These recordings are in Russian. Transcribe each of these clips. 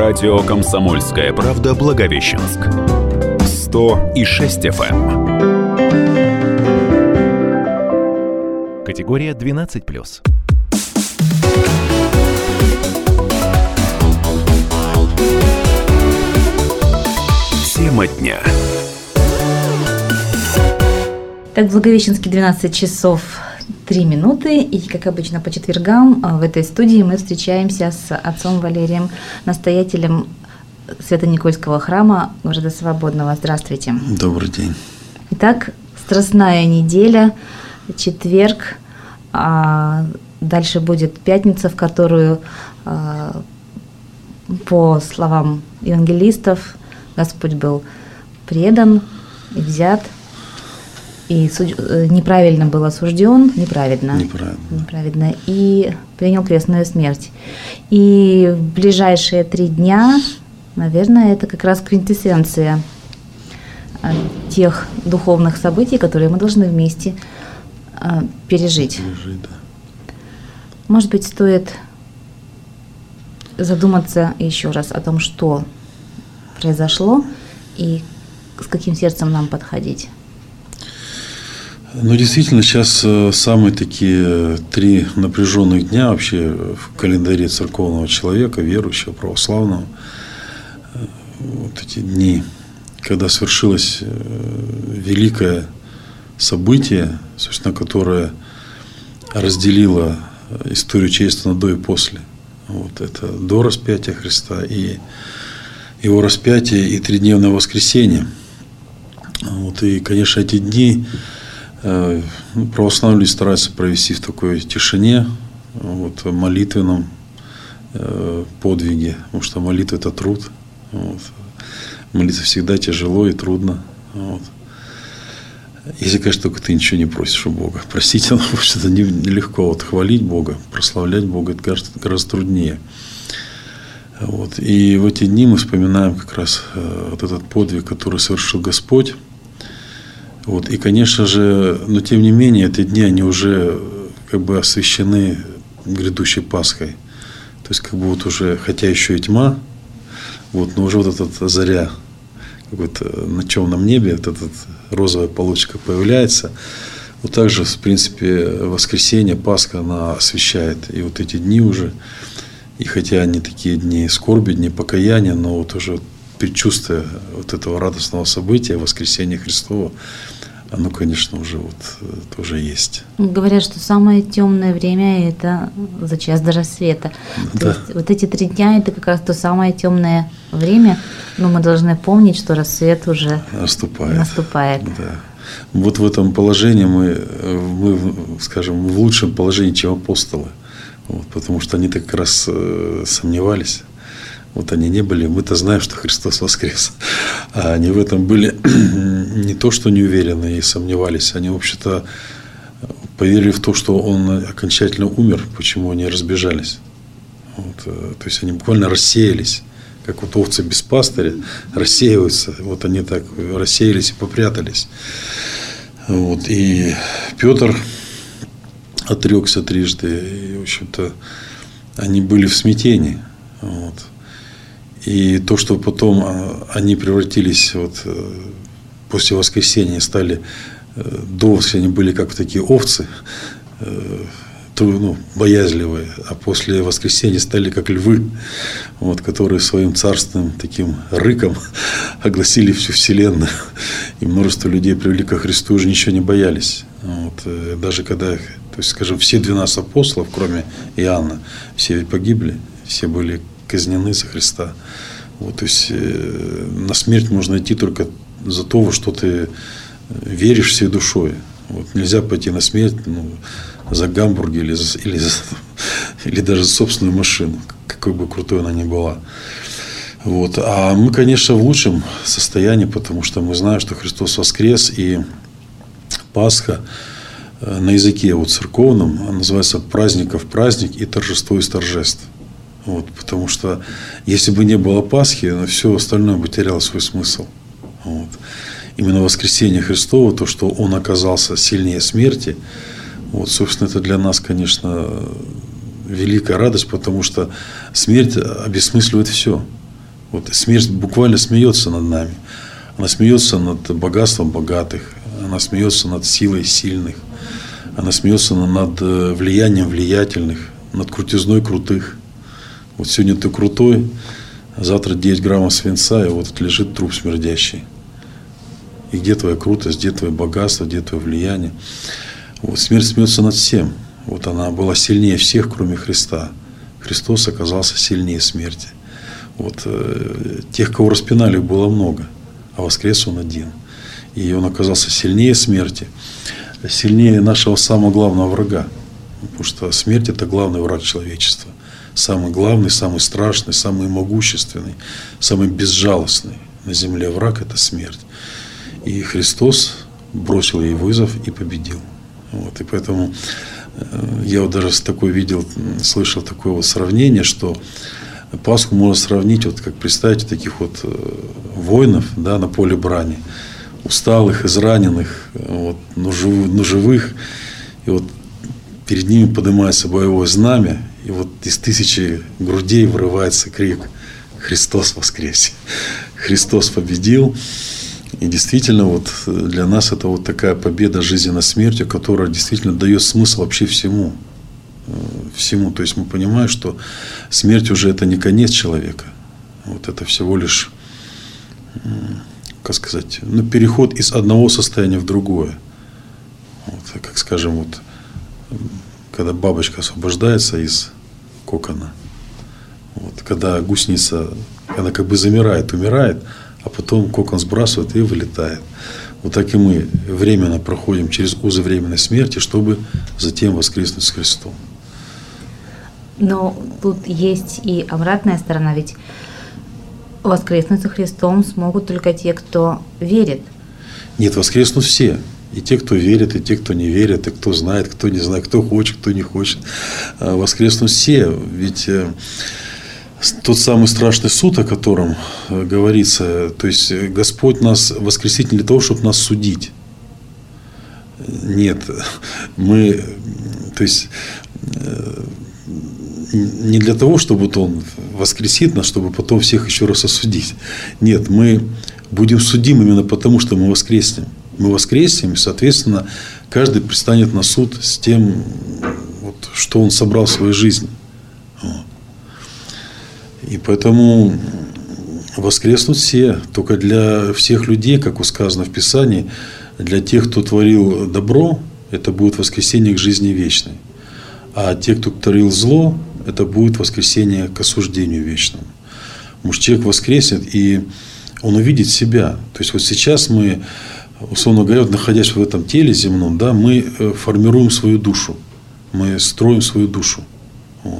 Радио «Комсомольская правда» Благовещенск. 100,6 FM. Категория 12+. Тема дня. Так, в Благовещенске 12 часов 3 минуты, и, как обычно, по четвергам в этой студии мы встречаемся с отцом Валерием, настоятелем Свято-Никольского храма города Свободного. Здравствуйте. Добрый день. Итак, Страстная неделя, четверг, дальше будет пятница, в которую, по словам евангелистов, Господь был предан и взят, и неправильно был осужден, неправедно, и принял крестную смерть. И в ближайшие 3 дня, наверное, это как раз квинтэссенция тех духовных событий, которые мы должны вместе пережить. Да. Может быть, стоит задуматься еще раз о том, что произошло и с каким сердцем нам подходить. Ну, действительно, сейчас самые такие 3 напряженных дня вообще в календаре церковного человека, верующего, православного. Вот эти дни, когда свершилось великое событие, собственно, которое разделило историю человечества на до и после. Вот это до распятия Христа и Его распятие и 3-дневное воскресенье. Вот, и, конечно, эти дни православные люди стараются провести в такой тишине, вот, молитвенном подвиге, потому что молитва – это труд. Вот. Молиться всегда тяжело и трудно. Вот. Если, конечно, только ты ничего не просишь у Бога. Просить, потому что это нелегко. Вот, хвалить Бога, прославлять Бога – это гораздо труднее. Вот. И в эти дни мы вспоминаем как раз вот этот подвиг, который совершил Господь. Вот. И, конечно же, но тем не менее, эти дни, они уже как бы освящены грядущей Пасхой. То есть, как бы вот уже, хотя еще и тьма, вот, но уже вот эта заря, как вот на темном небе, вот эта розовая полосочка появляется. Вот также, в принципе, воскресенье, Пасха, она освещает и вот эти дни уже. И хотя они такие дни скорби, дни покаяния, но вот уже предчувствие вот этого радостного события, воскресения Христова, оно, конечно, уже вот тоже есть. Говорят, что самое темное время – это за час до рассвета. Да. То есть вот эти 3 дня – это как раз то самое темное время, но мы должны помнить, что рассвет уже наступает. Да. Вот в этом положении мы, скажем, в лучшем положении, чем апостолы. Вот, потому что они как раз сомневались. Вот они не были, мы-то знаем, что Христос воскрес. А они в этом были не то, что не уверены и сомневались, они, в общем-то, поверили в то, что Он окончательно умер, почему они разбежались. Вот, то есть они буквально рассеялись, как вот овцы без пастыря рассеиваются. Вот они так рассеялись и попрятались. Вот, и Петр отрекся трижды, и, в общем-то, они были в смятении. Вот. И то, что потом они превратились, вот, после воскресения стали, до воскресения были как такие овцы, боязливые, а после воскресения стали как львы, вот, которые своим царственным таким рыком огласили всю вселенную. И множество людей привели ко Христу, уже ничего не боялись. Вот, даже когда, то есть, скажем, все 12 апостолов, кроме Иоанна, все ведь погибли, все были казнены за Христа. Вот, то есть на смерть можно идти только за то, во что ты веришь всей душой. Вот, нельзя пойти на смерть за гамбургер или даже за собственную машину, какой бы крутой она ни была. Вот. А мы, конечно, в лучшем состоянии, потому что мы знаем, что Христос воскрес, и Пасха на языке вот церковном называется праздников праздник и торжество из торжеств. Вот, потому что если бы не было Пасхи, все остальное бы теряло свой смысл. Вот. Именно воскресение Христово, то, что Он оказался сильнее смерти, вот, собственно, это для нас, конечно, великая радость, потому что смерть обесмысливает все. Вот смерть буквально смеется над нами. Она смеется над богатством богатых, она смеется над силой сильных, она смеется над влиянием влиятельных, над крутизной крутых. Вот сегодня ты крутой, а завтра 9 граммов свинца, и вот лежит труп смердящий. И где твоя крутость, где твое богатство, где твое влияние? Вот смерть смеется над всем. Вот она была сильнее всех, кроме Христа. Христос оказался сильнее смерти. Вот тех, кого распинали, было много, а воскрес Он один. И Он оказался сильнее смерти, сильнее нашего самого главного врага. Потому что смерть – это главный враг человечества. Самый главный, самый страшный, самый могущественный, самый безжалостный на земле враг – это смерть. И Христос бросил ей вызов и победил. Вот. И поэтому я вот даже такой видел, слышал такое вот сравнение, что Пасху можно сравнить, вот как представить таких вот воинов, да, на поле брани, усталых, израненных, вот, но живых. И вот перед ними поднимается боевое знамя, и вот из 1000 грудей вырывается крик: «Христос воскресе! Христос победил!» И действительно, вот для нас это вот такая победа жизни над смертью, которая действительно дает смысл вообще всему. То есть мы понимаем, что смерть уже это не конец человека. Вот это всего лишь, как сказать, переход из одного состояния в другое. Вот, как скажем, вот, когда бабочка освобождается из кокона, вот, когда гусеница, она как бы замирает, умирает, а потом кокон сбрасывает и вылетает. Вот так и мы временно проходим через узы временной смерти, чтобы затем воскреснуть с Христом. Но тут есть и обратная сторона, ведь воскреснуть со Христом смогут только те, кто верит. Нет, воскреснут все. И те, кто верит, и те, кто не верит, и кто знает, кто не знает, кто хочет, кто не хочет. Воскреснут все. Ведь тот самый страшный суд, о котором говорится, то есть Господь нас воскресит не для того, чтобы нас судить. Нет, мы, то есть не для того, чтобы Он воскресит нас, чтобы потом всех еще раз осудить. Нет, мы будем судимы именно потому, что мы воскреснем. Мы воскреснем, и, соответственно, каждый предстанет на суд с тем, вот, что он собрал в своей жизни. Вот. И поэтому воскреснут все, только для всех людей, как сказано в Писании, для тех, кто творил добро, это будет воскресение к жизни вечной. А те, кто творил зло, это будет воскресение к осуждению вечному. Потому что человек воскреснет, и он увидит себя. То есть вот сейчас мы, условно говоря, находясь в этом теле земном, да, мы формируем свою душу, мы строим свою душу. Вот.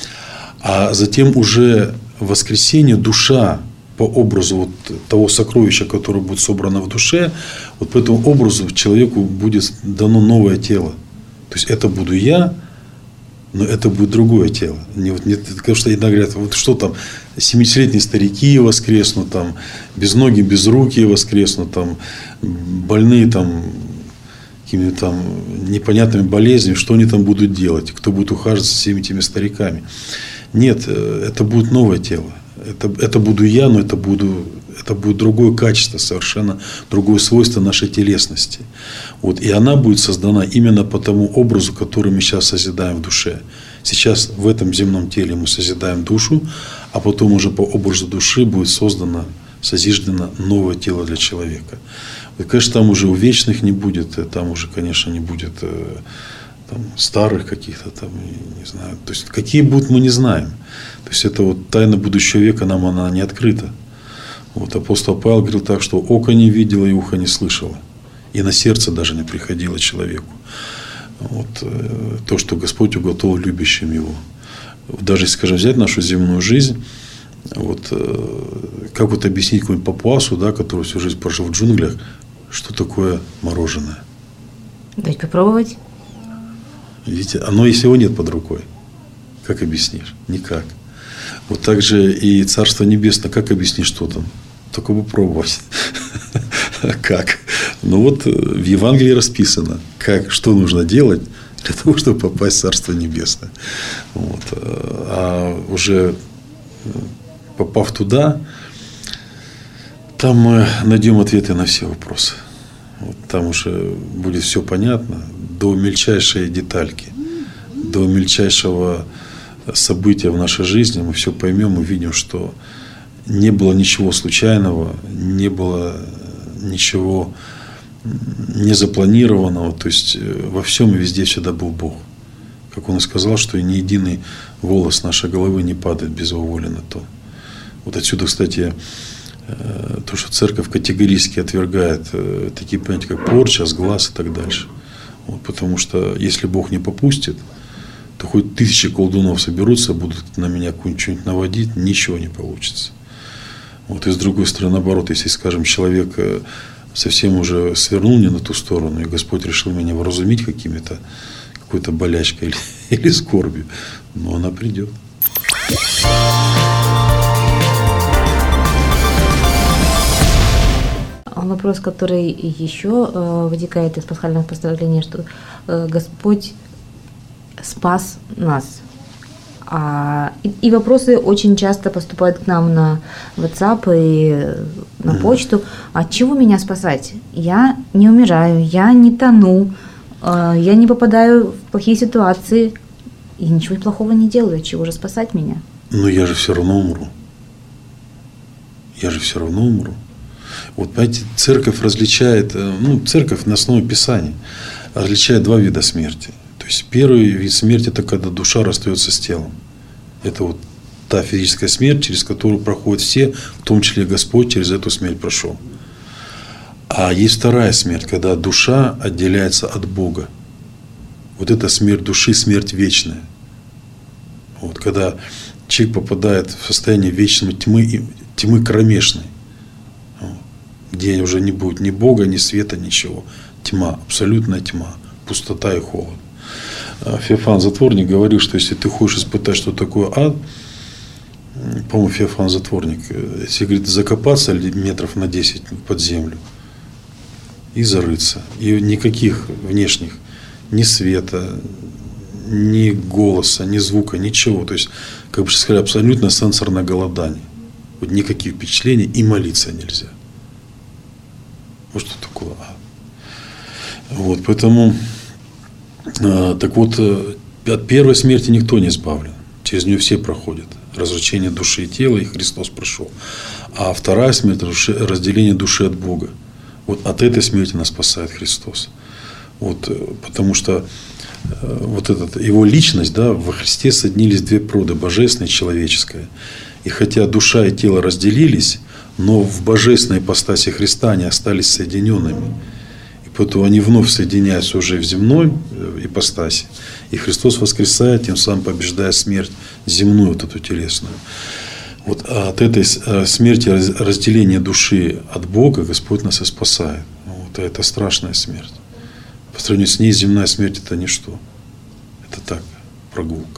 А затем уже в воскресенье душа по образу вот того сокровища, которое будет собрано в душе, вот по этому образу человеку будет дано новое тело. То есть это буду я, но это будет другое тело. Потому что иногда говорят, вот что там, 70-летние старики воскреснут, там, безногие, безрукие воскреснут, там, больные там, какими-то там непонятными болезнями, что они там будут делать, кто будет ухаживать за всеми этими стариками. Нет, это будет новое тело. Это буду я, но это будет другое качество, совершенно другое свойство нашей телесности. Вот, и она будет создана именно по тому образу, который мы сейчас созидаем в душе. Сейчас в этом земном теле мы созидаем душу, а потом уже по образу души будет созиждено новое тело для человека. Вот, конечно, там уже у вечных не будет, там уже, конечно, не будет там, старых каких-то там, не знаю. То есть, какие будут, мы не знаем. То есть, это вот тайна будущего века, нам она не открыта. Вот, апостол Павел говорил так, что око не видело и ухо не слышало. И на сердце даже не приходило человеку. Вот, то, что Господь уготовил любящим Его. Даже, если, скажем, взять нашу земную жизнь, вот, как вот объяснить какому-нибудь папуасу, да, который всю жизнь прожил в джунглях, что такое мороженое? Дать попробовать. Видите, оно, если его нет под рукой, как объяснишь? Никак. Вот так же и Царство Небесное, как объяснишь, что там? Только бы пробовать. Как? Ну вот в Евангелии расписано, что нужно делать для того, чтобы попасть в Царство Небесное. Вот. А уже попав туда, там мы найдем ответы на все вопросы. Вот там уже будет все понятно, до мельчайшей детальки, до мельчайшего события в нашей жизни мы все поймем, увидим, что не было ничего случайного, не было ничего незапланированного. То есть во всем и везде всегда был Бог. Как Он и сказал, что и ни единый волос нашей головы не падает без Его воли на то. Вот отсюда, кстати, то, что церковь категорически отвергает такие понятия, как порча, сглаз и так дальше. Вот, потому что если Бог не попустит, то хоть 1000 колдунов соберутся, будут на меня что-нибудь наводить, ничего не получится. Вот, и с другой стороны, наоборот, если, скажем, человек совсем уже свернул не на ту сторону, и Господь решил меня вразумить какой-то болячкой или скорбью, но она придет. Вопрос, который еще вытекает из пасхального постановления, что Господь спас нас. И вопросы очень часто поступают к нам на WhatsApp и на почту. От чего меня спасать? Я не умираю, я не тону, я не попадаю в плохие ситуации, и ничего плохого не делаю. От чего же спасать меня? Но я же все равно умру. Вот, понимаете, церковь различает, церковь на основе Писания различает 2 вида смерти. То есть первый вид смерти – это когда душа расстается с телом. Это вот та физическая смерть, через которую проходят все, в том числе Господь через эту смерть прошел. А есть вторая смерть, когда душа отделяется от Бога. Вот это смерть души, смерть вечная. Вот, когда человек попадает в состояние вечной тьмы кромешной, где уже не будет ни Бога, ни света, ничего. Тьма, абсолютная тьма, пустота и холод. Феофан Затворник говорил, что если ты хочешь испытать, что такое ад, по-моему, Феофан Затворник, если, говорит, закопаться метров на 10 под землю и зарыться, и никаких внешних, ни света, ни голоса, ни звука, ничего. То есть, как бы сказали, абсолютно сенсорное голодание. Вот никаких впечатлений, и молиться нельзя. Вот что такое ад. Вот, поэтому, так вот, от первой смерти никто не избавлен. Через нее все проходят. Разрушение души и тела, и Христос прошел. А вторая смерть – разделение души от Бога. Вот от этой смерти нас спасает Христос. Вот, потому что вот Его личность, да, во Христе соединились 2 природы – божественная и человеческая. И хотя душа и тело разделились, но в божественной ипостаси Христа они остались соединенными. И поэтому они вновь соединяются уже в земной ипостаси. И Христос воскресает, тем самым побеждая смерть земную, вот эту телесную. Вот от этой смерти, разделения души от Бога, Господь нас и спасает. Вот, это страшная смерть. По сравнению с ней земная смерть – это ничто. Это так, прогулка.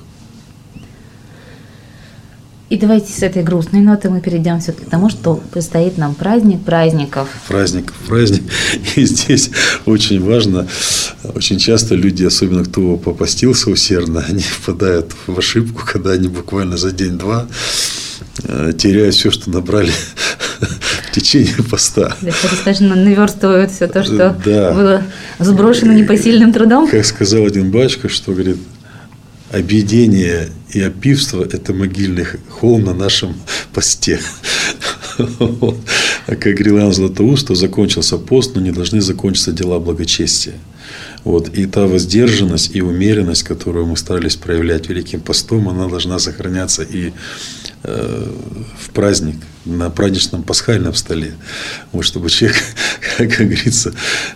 И давайте с этой грустной ноты мы перейдем все-таки к тому, что предстоит нам праздник праздников. Праздник. И здесь очень важно, очень часто люди, особенно кто попостился усердно, они впадают в ошибку, когда они буквально за день-два теряют все, что набрали в течение поста. Да, скажем, наверстывают все то, что было сброшено непосильным трудом. Как сказал один батюшка, что, говорит, объедение и опивство – это могильный холм на нашем посте. А как говорил Иоанн Златоуст, что закончился пост, но не должны закончиться дела благочестия. Вот. И та воздержанность и умеренность, которую мы старались проявлять Великим постом, она должна сохраняться и в праздник, на праздничном пасхальном столе. Вот, чтобы человек, как говорится,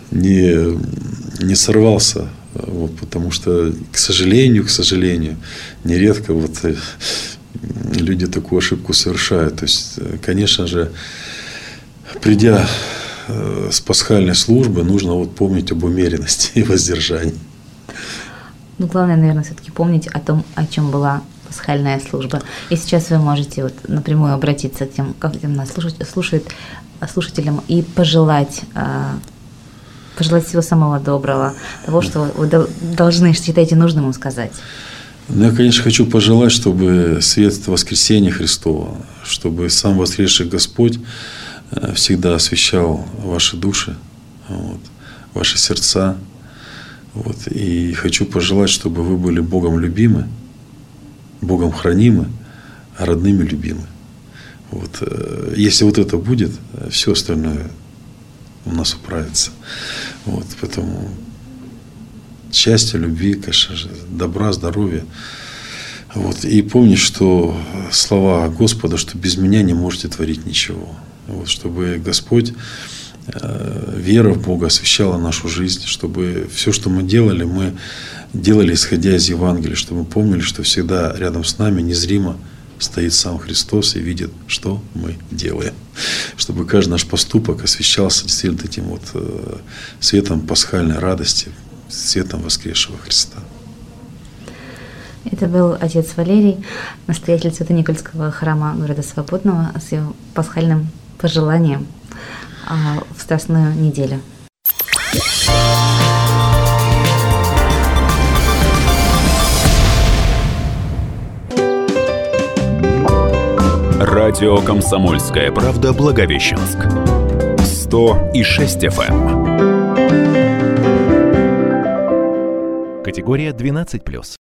не сорвался. Вот, потому что, к сожалению, нередко вот люди такую ошибку совершают. То есть, конечно же, придя с пасхальной службы, нужно вот помнить об умеренности и воздержании. Ну, главное, наверное, все-таки помнить о том, о чем была пасхальная служба. И сейчас вы можете вот напрямую обратиться к тем, как нас слушают слушателям, и пожелать всего самого доброго, того, что вы должны, считаете нужным им сказать. Ну, я, конечно, хочу пожелать, чтобы свет воскресения Христова, чтобы сам воскресший Господь всегда освещал ваши души, вот, ваши сердца. Вот. И хочу пожелать, чтобы вы были Богом любимы, Богом хранимы, а родными любимы. Вот. Если вот это будет, все остальное у нас управится. Вот. Поэтому счастья, любви, конечно же, добра, здоровья. Вот. И помни, что слова Господа, что без меня не можете творить ничего. Вот. Чтобы Господь, вера в Бога освещала нашу жизнь, чтобы все, что мы делали исходя из Евангелия, чтобы мы помнили, что всегда рядом с нами незримо стоит сам Христос и видит, что мы делаем. Чтобы каждый наш поступок освещался действительно этим вот светом пасхальной радости, светом воскресшего Христа. Это был отец Валерий, настоятель Свято-Никольского храма города Свободного, с его пасхальным пожеланием в Страстную неделю. Радио «Комсомольская правда» Благовещенск. 100,6 FM. Категория 12+.